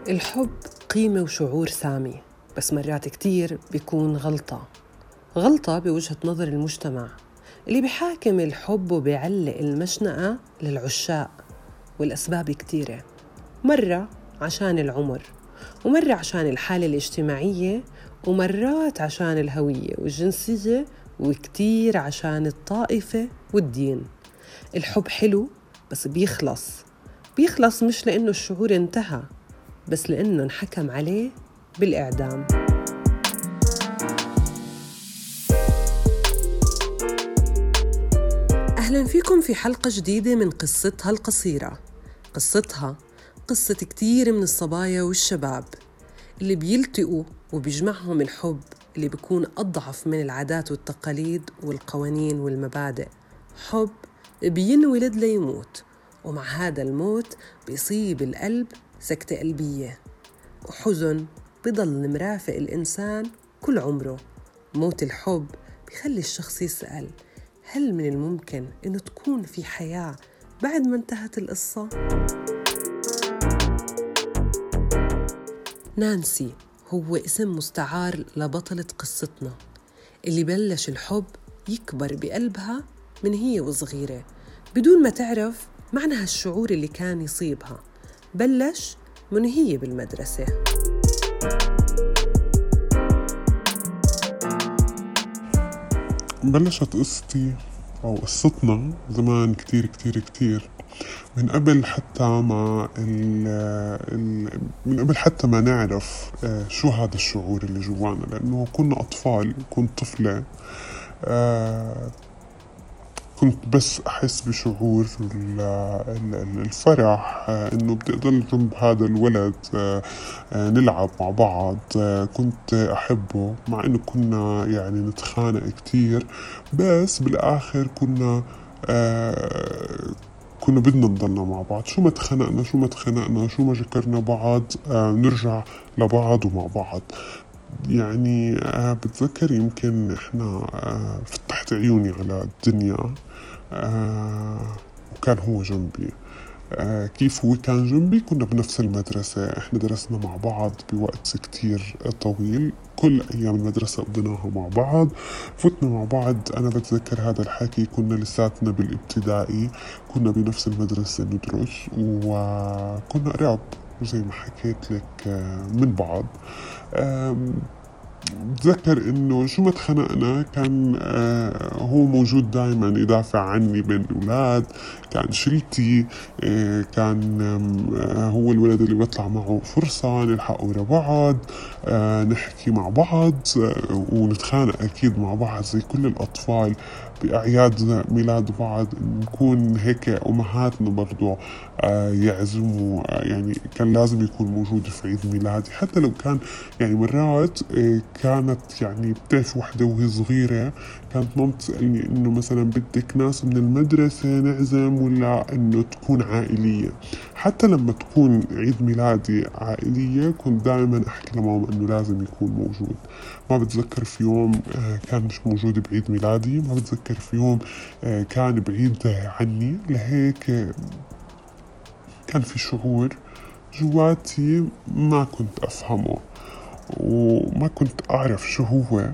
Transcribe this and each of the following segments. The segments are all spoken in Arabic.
الحب قيمة وشعور سامي، بس مرات كتير بيكون غلطة بوجهة نظر المجتمع اللي بيحاكم الحب وبيعلق المشنقة للعشاق. والأسباب كتيرة، مرة عشان العمر، ومرة عشان الحالة الاجتماعية، ومرات عشان الهوية والجنسية، وكتير عشان الطائفة والدين. الحب حلو بس بيخلص مش لأنه الشعور انتهى، بس لأنه انحكم عليه بالإعدام. أهلاً فيكم في حلقة جديدة من قصتها القصيرة. قصة كتير من الصبايا والشباب اللي بيلتقوا وبيجمعهم الحب اللي بيكون أضعف من العادات والتقاليد والقوانين والمبادئ. حب بينولد ليموت، ومع هذا الموت بيصيب القلب سكتة قلبية وحزن بيضل مرافق الإنسان كل عمره. موت الحب بيخلي الشخص يسأل: هل من الممكن إنه تكون في حياة بعد ما انتهت القصة؟ نانسي هو اسم مستعار لبطلة قصتنا، اللي بلش الحب يكبر بقلبها من هي وصغيرة بدون ما تعرف معنى هالشعور اللي كان يصيبها. بلش من هي بالمدرسة. بلشت قصتي أو قصتنا زمان كتير من قبل حتى ما من قبل حتى ما نعرف شو هذا الشعور اللي جوانا، لأنه كنا أطفال. كنت طفلة، كنت بس أحس بشعور الفرح، إنه بدي أضل جنب هذا الولد، نلعب مع بعض. كنت أحبه، مع إنه كنا يعني نتخانق كتير، بس بالآخر كنا بدنا نضلنا مع بعض. شو ما تخانقنا شو ما جكرنا بعض، نرجع لبعض ومع بعض. يعني بتذكر يمكن إحنا فتحت عيوني على الدنيا، وكان هو جنبي. كيف هو كان جنبي؟ كنا بنفس المدرسة، إحنا درسنا مع بعض بوقت كتير طويل، كل أيام المدرسة قضيناها مع بعض، فتنا مع بعض. أنا بتذكر هذا الحكي، كنا لساتنا بالابتدائي، كنا بنفس المدرسة ندرس، وكنا قراب زي ما حكيت لك من بعض. بتذكر انه شو ما تخانقنا كان هو موجود دائما يدافع عني بين الاولاد. كان شيلتي، كان هو الولد اللي بطلع معه فرصة نلحق ورا بعض، نحكي مع بعض، ونتخانق اكيد مع بعض زي كل الاطفال بأعياد ميلاد بعض. نكون هيك أمهاتنا برضو يعزموا، يعني كان لازم يكون موجود في عيد ميلادي، حتى لو كان يعني مرات كانت يعني بتعرف وحدة وهي صغيرة كانت ماما تسألني إنه مثلا بدك ناس من المدرسة نعزم ولا إنه تكون عائلية. حتى لما تكون عيد ميلادي عائلية كنت دائما أحكي لماما إنه لازم يكون موجود. ما بتذكر في يوم كان مش موجود بعيد ميلادي، ما بتذكر في يوم كان بعيد عني. لهيك كان في شعور جواتي ما كنت أفهمه وما كنت أعرف شو هو.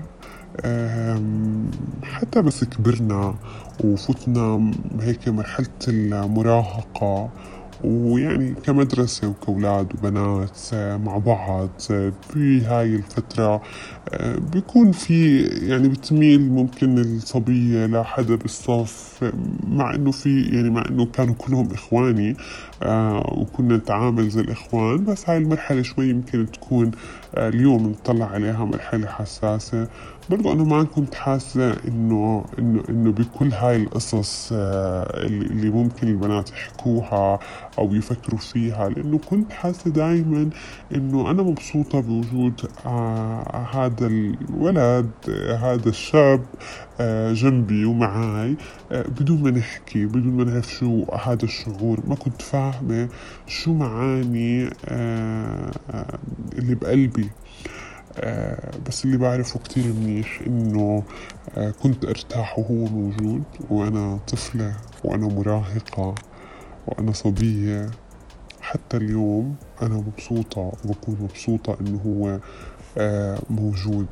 حتى بس كبرنا وفتنا هيك مرحلة المراهقة، ويعني كمدرسة وكأولاد وبنات مع بعض بهاي الفترة بيكون في يعني بتميل ممكن الصبية لحدا بالصف، مع انه كانوا كلهم اخواني وكنا نتعامل زي الاخوان. بس هاي المرحلة شوي يمكن تكون اليوم نطلع عليها مرحلة حساسة. برضو أنا ما كنت حاسة إنه بكل هاي القصص اللي ممكن البنات يحكوها أو يفكروا فيها، لأنه كنت حاسة دايما إنه أنا مبسوطة بوجود هذا الولد، هذا الشاب جنبي ومعاي، بدون ما نحكي، بدون ما نعرف شو هذا الشعور. ما كنت فاهمة شو معاني اللي بقلبي. بس اللي بعرفه كتير منيح إنه كنت أرتاح وهو موجود، وأنا طفلة وأنا مراهقة وأنا صبية. حتى اليوم أنا مبسوطة وبكون مبسوطة إنه هو موجود.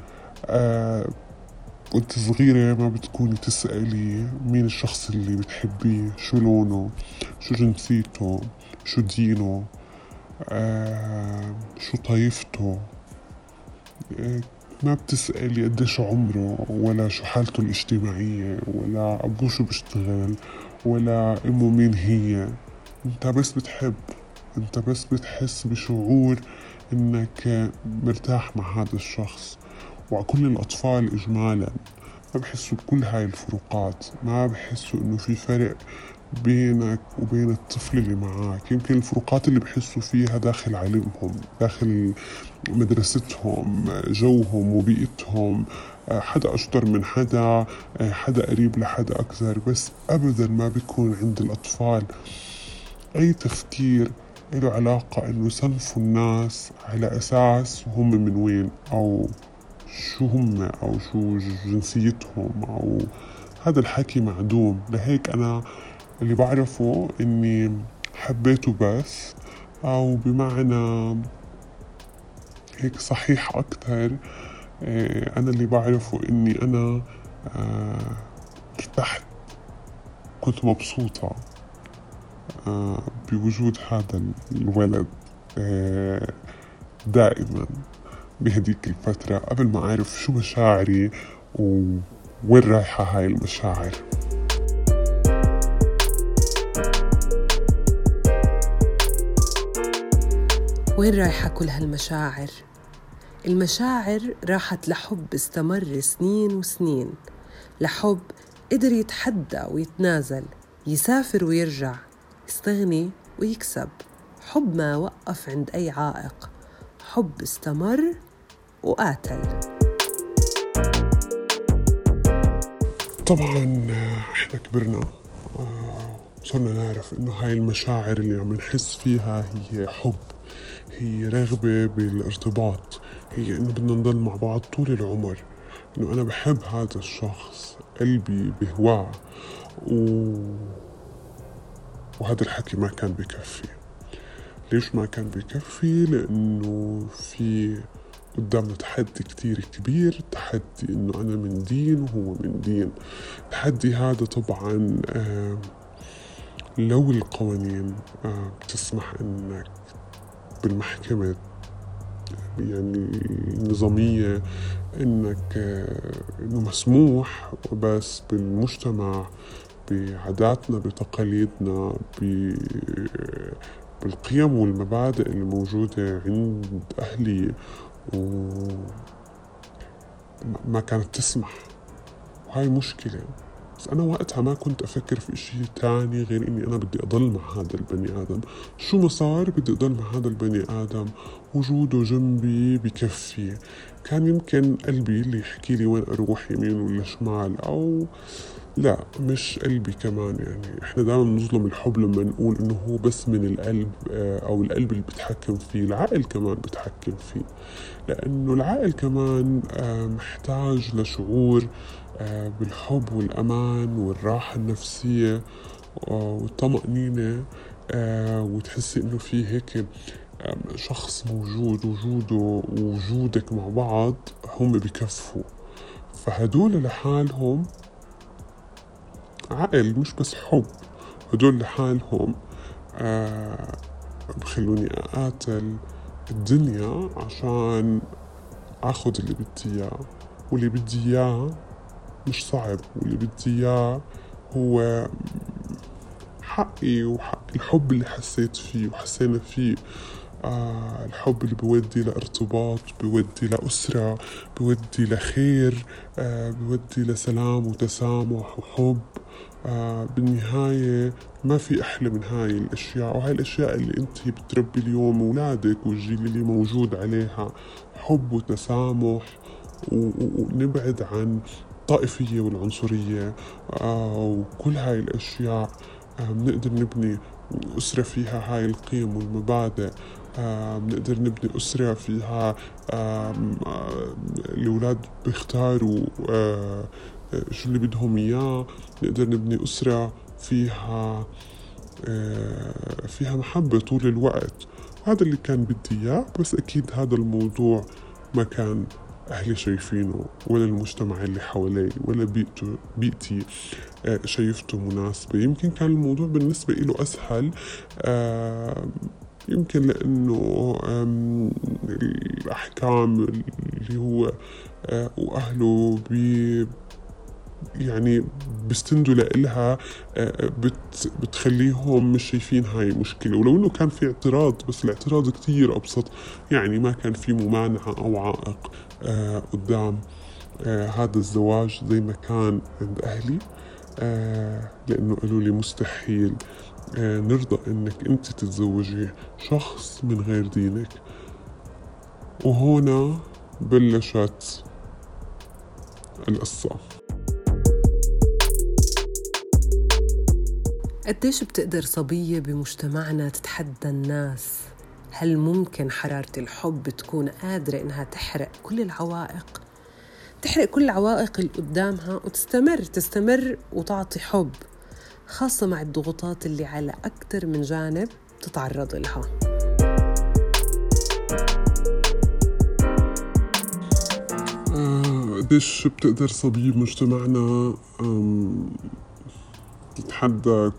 وانت صغيرة ما بتكوني تسألي مين الشخص اللي بتحبيه، شو لونه، شو جنسيته، شو دينه، شو طائفته. ما بتسألي قديش عمره، ولا شو حالته الاجتماعية، ولا أبوه شو بيشتغل، ولا أمه مين هي. انت بس بتحب، انت بس بتحس بشعور انك مرتاح مع هذا الشخص. وكل الأطفال إجمالا ما بحسوا بكل هاي الفروقات، ما بحسوا إنه في فرق بينك وبين الطفل اللي معاك. يمكن الفروقات اللي بحسوا فيها داخل علمهم، داخل مدرستهم، جوهم وبيئتهم، حدا أشطر من حدا، حدا قريب لحدا أكثر. بس أبدا ما بيكون عند الأطفال أي تفكير له علاقة إنه يصنفوا الناس على أساس هم من وين، أو شو هم، أو شو جنسيتهم، أو هذا الحكي معدوم. لهيك أنا اللي بعرفه إني حبيته بس، أو بمعنى هيك صحيح أكتر، أنا اللي بعرفه إني أنا ارتحت، كنت مبسوطة بوجود هذا الولد دائما بهديك الفترة، قبل ما أعرف شو مشاعري ووين رايحة هاي المشاعر. وين رايحة كل هالمشاعر؟ المشاعر راحت لحب استمر سنين وسنين، لحب قدر يتحدى ويتنازل، يسافر ويرجع، يستغني ويكسب. حب ما وقف عند أي عائق، حب استمر وقاتل. طبعا احنا كبرنا، صرنا نعرف انه هاي المشاعر اللي عم نحس فيها هي حب، هي رغبة بالارتباط، هي انه بدنا نضل مع بعض طول العمر، انه انا بحب هذا الشخص، قلبي بهواه. وهذا الحكي ما كان بكفي. ليش ما كان بكفي؟ لأنه في قدامنا تحدي كتير كبير، تحدي إنه أنا من دين وهو من دين. التحدي هذا طبعا لو القوانين بتسمح إنك بالمحكمة يعني النظامية إنك إنه مسموح، بس بالمجتمع بعاداتنا بتقاليدنا بالقيم والمبادئ الموجودة عند أهلي ما كانت تسمح. وهاي مشكلة. بس أنا وقتها ما كنت أفكر في إشي تاني غير إني أنا بدي أضل مع هذا البني آدم. شو ما صار بدي أضل مع هذا البني آدم، وجوده جنبي بكفي. كان يمكن قلبي اللي يحكي لي وين أروح، يمين ولا شمال، أو لا مش قلبي كمان. يعني إحنا دائما نظلم الحب لما نقول إنه هو بس من القلب، أو القلب اللي بتحكم فيه. العقل كمان بتحكم فيه، لأنه العقل كمان محتاج لشعور بالحب والأمان والراحة النفسية والطمأنينة، وتحسي إنه في هيك شخص موجود، وجوده ووجودك مع بعض هم بكفوا. فهدول لحالهم عقل، مش بس حب. هدول لحالهم بخلوني أقاتل الدنيا عشان أخذ اللي بدي إياه. واللي بدي إياه مش صعب، واللي بدي إياه هو حقي وحق الحب اللي حسيت فيه وحسينا فيه. الحب اللي بودي لارتباط، بودي لأسرة، بودي لخير، بودي لسلام وتسامح وحب. بالنهاية ما في أحلى من هاي الأشياء، وهاي الأشياء اللي أنت بتربي اليوم أولادك والجيل اللي موجود عليها، حب وتسامح، ونبعد عن الطائفية والعنصرية وكل هاي الأشياء. بنقدر نبني أسرة فيها هاي القيم والمبادئ. بنقدر نبني أسرة فيها الأولاد بيختاروا شو اللي بدهم إياه. نقدر نبني أسرة فيها فيها محبة طول الوقت. وهذا اللي كان بدي إياه، بس أكيد هذا الموضوع ما كان أهلي شايفينه، ولا المجتمع اللي حوالي، ولا بيئتي شايفته مناسبة. يمكن كان الموضوع بالنسبة له أسهل، يمكن لأنه الأحكام اللي هو وأهله يعني بيستندوا لإلها بتخليهم مش شايفين هاي مشكلة. ولو إنه كان في اعتراض، بس الاعتراض كتير أبسط، يعني ما كان في ممانعة أو عائق قدام هذا الزواج زي ما كان عند أهلي، لأنه قالوا لي مستحيل نرضى إنك أنت تتزوجي شخص من غير دينك. وهنا بلشت القصة. قديش بتقدر صبية بمجتمعنا تتحدى الناس؟ هل ممكن حرارة الحب تكون قادرة إنها تحرق كل العوائق اللي قدامها وتستمر وتعطي حب، خاصة مع الضغوطات اللي على أكتر من جانب تتعرض لها؟ قديش بتقدر صبية بمجتمعنا تتحدى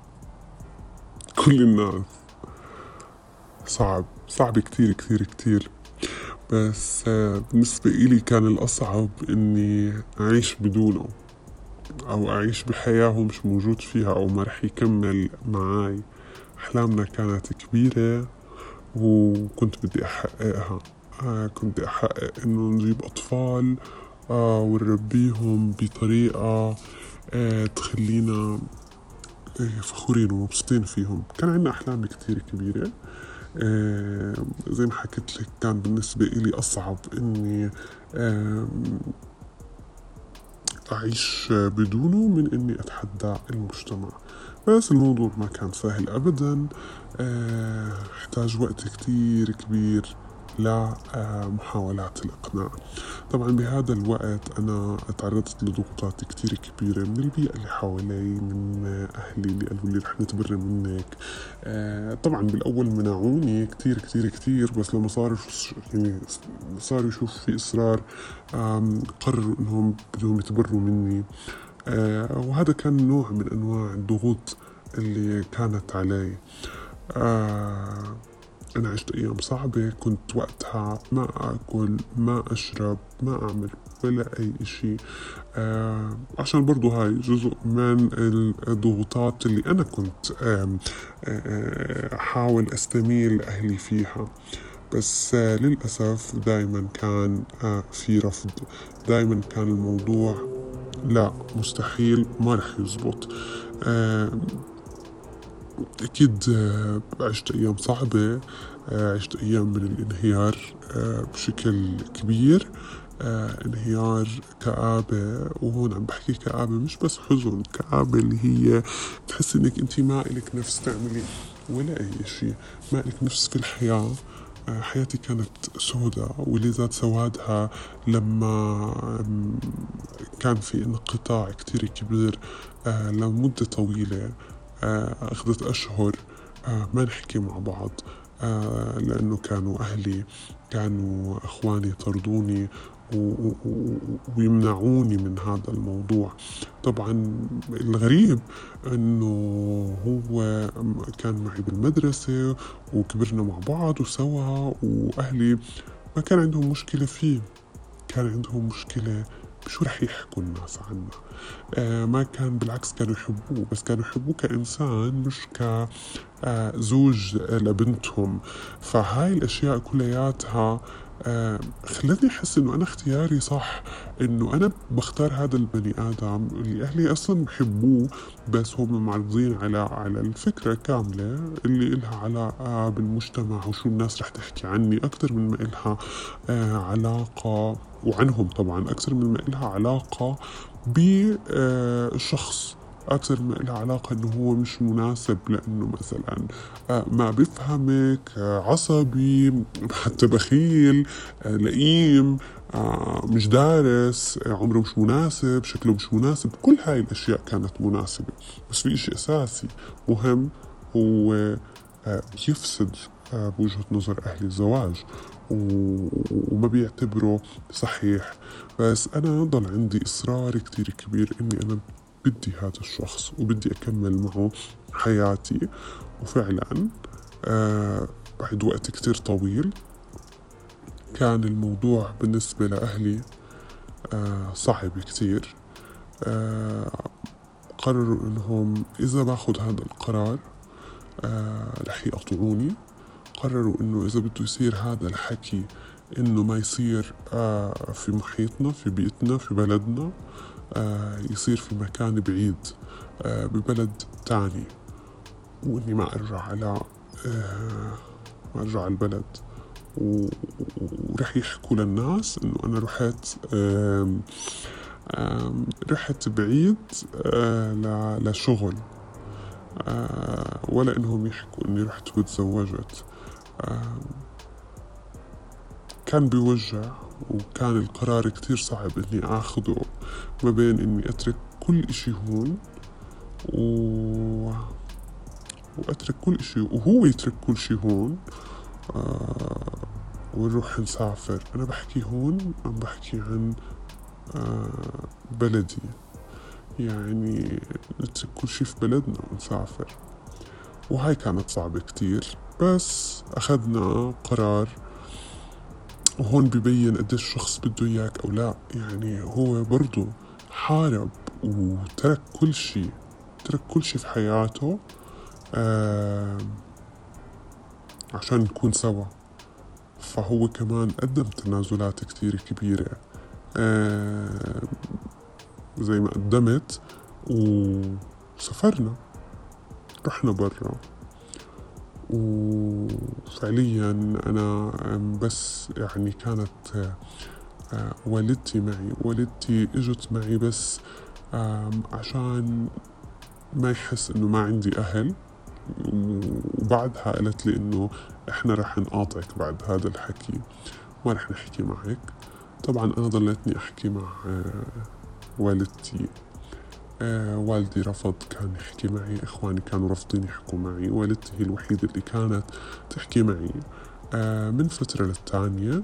كل الناس؟ صعب كتير كتير كتير. بس بالنسبة إلي كان الأصعب إني أعيش بدونه، أو أعيش بحياة هو مش موجود فيها، أو ما رح يكمل معاي. أحلامنا كانت كبيرة وكنت بدي أحققها. كنت أحقق إنه نجيب أطفال ونربيهم بطريقة تخلينا فخورين ومبسوطين فيهم. كان عندنا أحلام كتير كبيرة. زي ما حكيت لك، كان بالنسبة إلي أصعب إني أعيش بدونه من إني أتحدى المجتمع. بس الموضوع ما كان سهل أبدا، احتاج وقت كتير كبير لمحاولات الإقناع. طبعا بهذا الوقت أنا تعرضت لضغوطات كتير كبيرة من البيئة اللي حوالي، من أهلي اللي قالوا لي رح نتبرى منك. طبعا بالأول منعوني كتير كتير كتير، بس لما صاروا يشوف في إصرار قرروا إنهم بدهم يتبروا مني. وهذا كان نوع من أنواع الضغوط اللي كانت علي. أنا عشت أيام صعبة، كنت وقتها ما أكل، ما أشرب، ما أعمل ولا أي إشي، عشان برضو هاي جزء من الضغوطات اللي أنا كنت أحاول أستميل أهلي فيها. بس للأسف دايما كان في رفض، دايما كان الموضوع لا مستحيل، ما رح يزبط. أكيد عشت أيام صعبة، عشت أيام من الانهيار بشكل كبير، انهيار، كآبة. وهون عم بحكي كآبة مش بس حزن، كآبة اللي هي تحس إنك أنت ما إلك نفس تعملي ولا أي شيء، ما إلك نفس في الحياة. حياتي كانت سوداء، واللي زاد سوادها لما كان في انقطاع كتير كبير لمدة طويلة، أخذت أشهر ما نحكي مع بعض، لأنه كانوا أهلي، كانوا أخواني يطردوني ويمنعوني من هذا الموضوع. طبعا الغريب أنه هو كان معي بالمدرسة وكبرنا مع بعض وسوا، وأهلي ما كان عندهم مشكلة فيه، كان عندهم مشكلة بشو رح يحكوا الناس عنه. ما كان، بالعكس كانوا يحبوه، بس كانوا يحبوه كإنسان مش كزوج لبنتهم. فهاي الأشياء كلياتها خلتني أحس إنه أنا اختياري صح، إنه أنا بختار هذا البني آدم اللي أهلي أصلا بحبوه، بس هم معرضين على الفكرة كاملة اللي إلها علاقة بالمجتمع وشو الناس رح تحكي عني، أكتر من ما إلها علاقة، وعنهم طبعا أكثر من ما إلها علاقة بالشخص، أكثر ما إلها علاقة إنه هو مش مناسب، لأنه مثلا ما بيفهمك، عصبي، حتى بخيل، لئيم، مش دارس، عمره مش مناسب، شكله مش مناسب. كل هاي الأشياء كانت مناسبة، بس في إشي أساسي مهم يفسد بوجهة نظر أهل الزواج وما بيعتبره صحيح. بس أنا ضل عندي إصرار كتير كبير إني أنا بدي هذا الشخص وبدي أكمل معه حياتي. وفعلا بعد وقت كتير طويل كان الموضوع بالنسبة لأهلي صعب كتير. قرروا إنهم إذا باخد هذا القرار رح يقطعوني. قرروا إنه إذا بده يصير هذا الحكي إنه ما يصير في محيطنا، في بيئتنا، في بلدنا، يصير في مكان بعيد ببلد تاني، وإني ما أرجع على البلد. ورح يحكوا للناس إنه أنا رحت بعيد لشغل، ولا إنهم يحكوا إني رحت وتزوجت. كان بيوجع، وكان القرار كتير صعب إني أخذه ما بين إني أترك كل إشي هون وأترك كل إشي وهو يترك كل شي هون ونروح نسافر. أنا بحكي هون عم بحكي عن بلدي، يعني نترك كل شي في بلدنا ونسافر. وهاي كانت صعبة كتير، بس أخذنا قرار. وهون ببين قديش الشخص بده إياك أو لا. يعني هو برضو حارب وترك كل شي في حياته عشان نكون سوا. فهو كمان قدم تنازلات كتير كبيرة زي ما قدمت، وسافرنا، رحنا برا. وفعليا أنا بس يعني كانت والدتي معي. والدتي اجت معي بس عشان ما يحس إنه ما عندي أهل. وبعدها قالت لي إنه إحنا رح نقاطعك بعد هذا الحكي، ما رح نحكي معك. طبعا أنا ضليتني أحكي مع والدتي. والدي رفض كان يحكي معي، إخواني كانوا رافضين يحكوا معي. والدتي هي الوحيدة اللي كانت تحكي معي من فترة للتانية.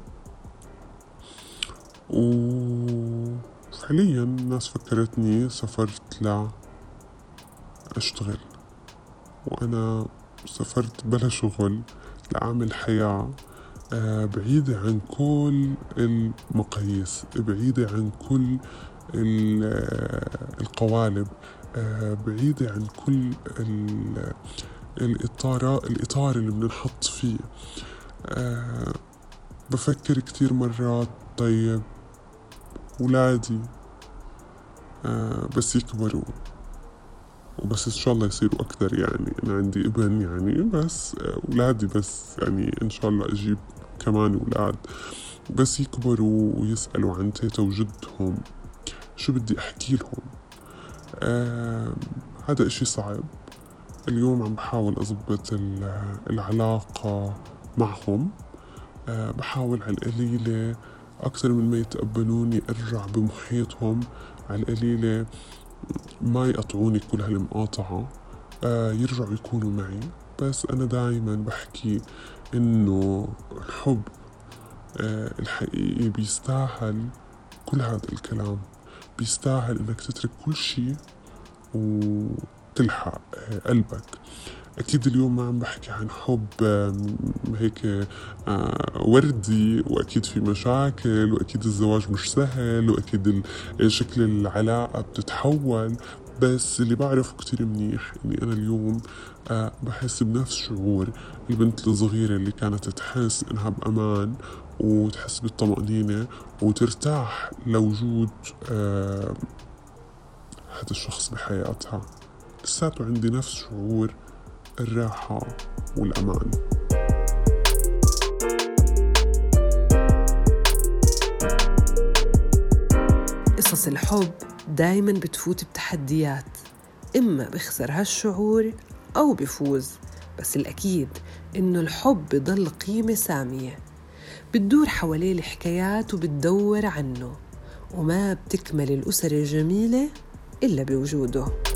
وفعليا الناس فكرتني سافرت أشتغل، وأنا سافرت بلا شغل لأعمل حياة بعيدة عن كل المقاييس، بعيدة عن كل القوالب، بعيدة عن كل الإطار اللي بنحط فيه. بفكر كتير مرات طيب أولادي بس يكبروا، وبس إن شاء الله يصيروا أكثر. يعني أنا عندي ابن، يعني بس أولادي بس يعني إن شاء الله أجيب كمان أولاد بس يكبروا ويسألوا عن تيتا وجدهم شو بدي أحكي لهم. هذا إشي صعب. اليوم عم بحاول أضبط العلاقة معهم. بحاول على القليلة أكثر من ما يتقبلوني أرجع بمحيطهم، على القليلة ما يقطعوني كل هالمقاطعة، يرجعوا يكونوا معي. بس أنا دايما بحكي إنه الحب الحقيقي بيستاهل كل هذا الكلام، بيستاهل إنك تترك كل شيء وتلحق قلبك. أكيد اليوم ما عم بحكي عن حب هيك وردي، وأكيد في مشاكل، وأكيد الزواج مش سهل، وأكيد شكل العلاقة بتتحول. بس اللي بعرفه كتير منيح إني أنا اليوم بحس بنفس شعور البنت الصغيرة اللي كانت تحس إنها بأمان وتحس بالطمأنينة وترتاح لوجود هذا الشخص بحياتها. لساته عندي نفس شعور الراحة والأمان. قصص الحب دايما بتفوت بتحديات، إما بخسر هالشعور أو بفوز، بس الأكيد إنه الحب بضل قيمة سامية، بتدور حواليه الحكايات وبتدور عنه، وما بتكمل الأسر الجميلة إلا بوجوده.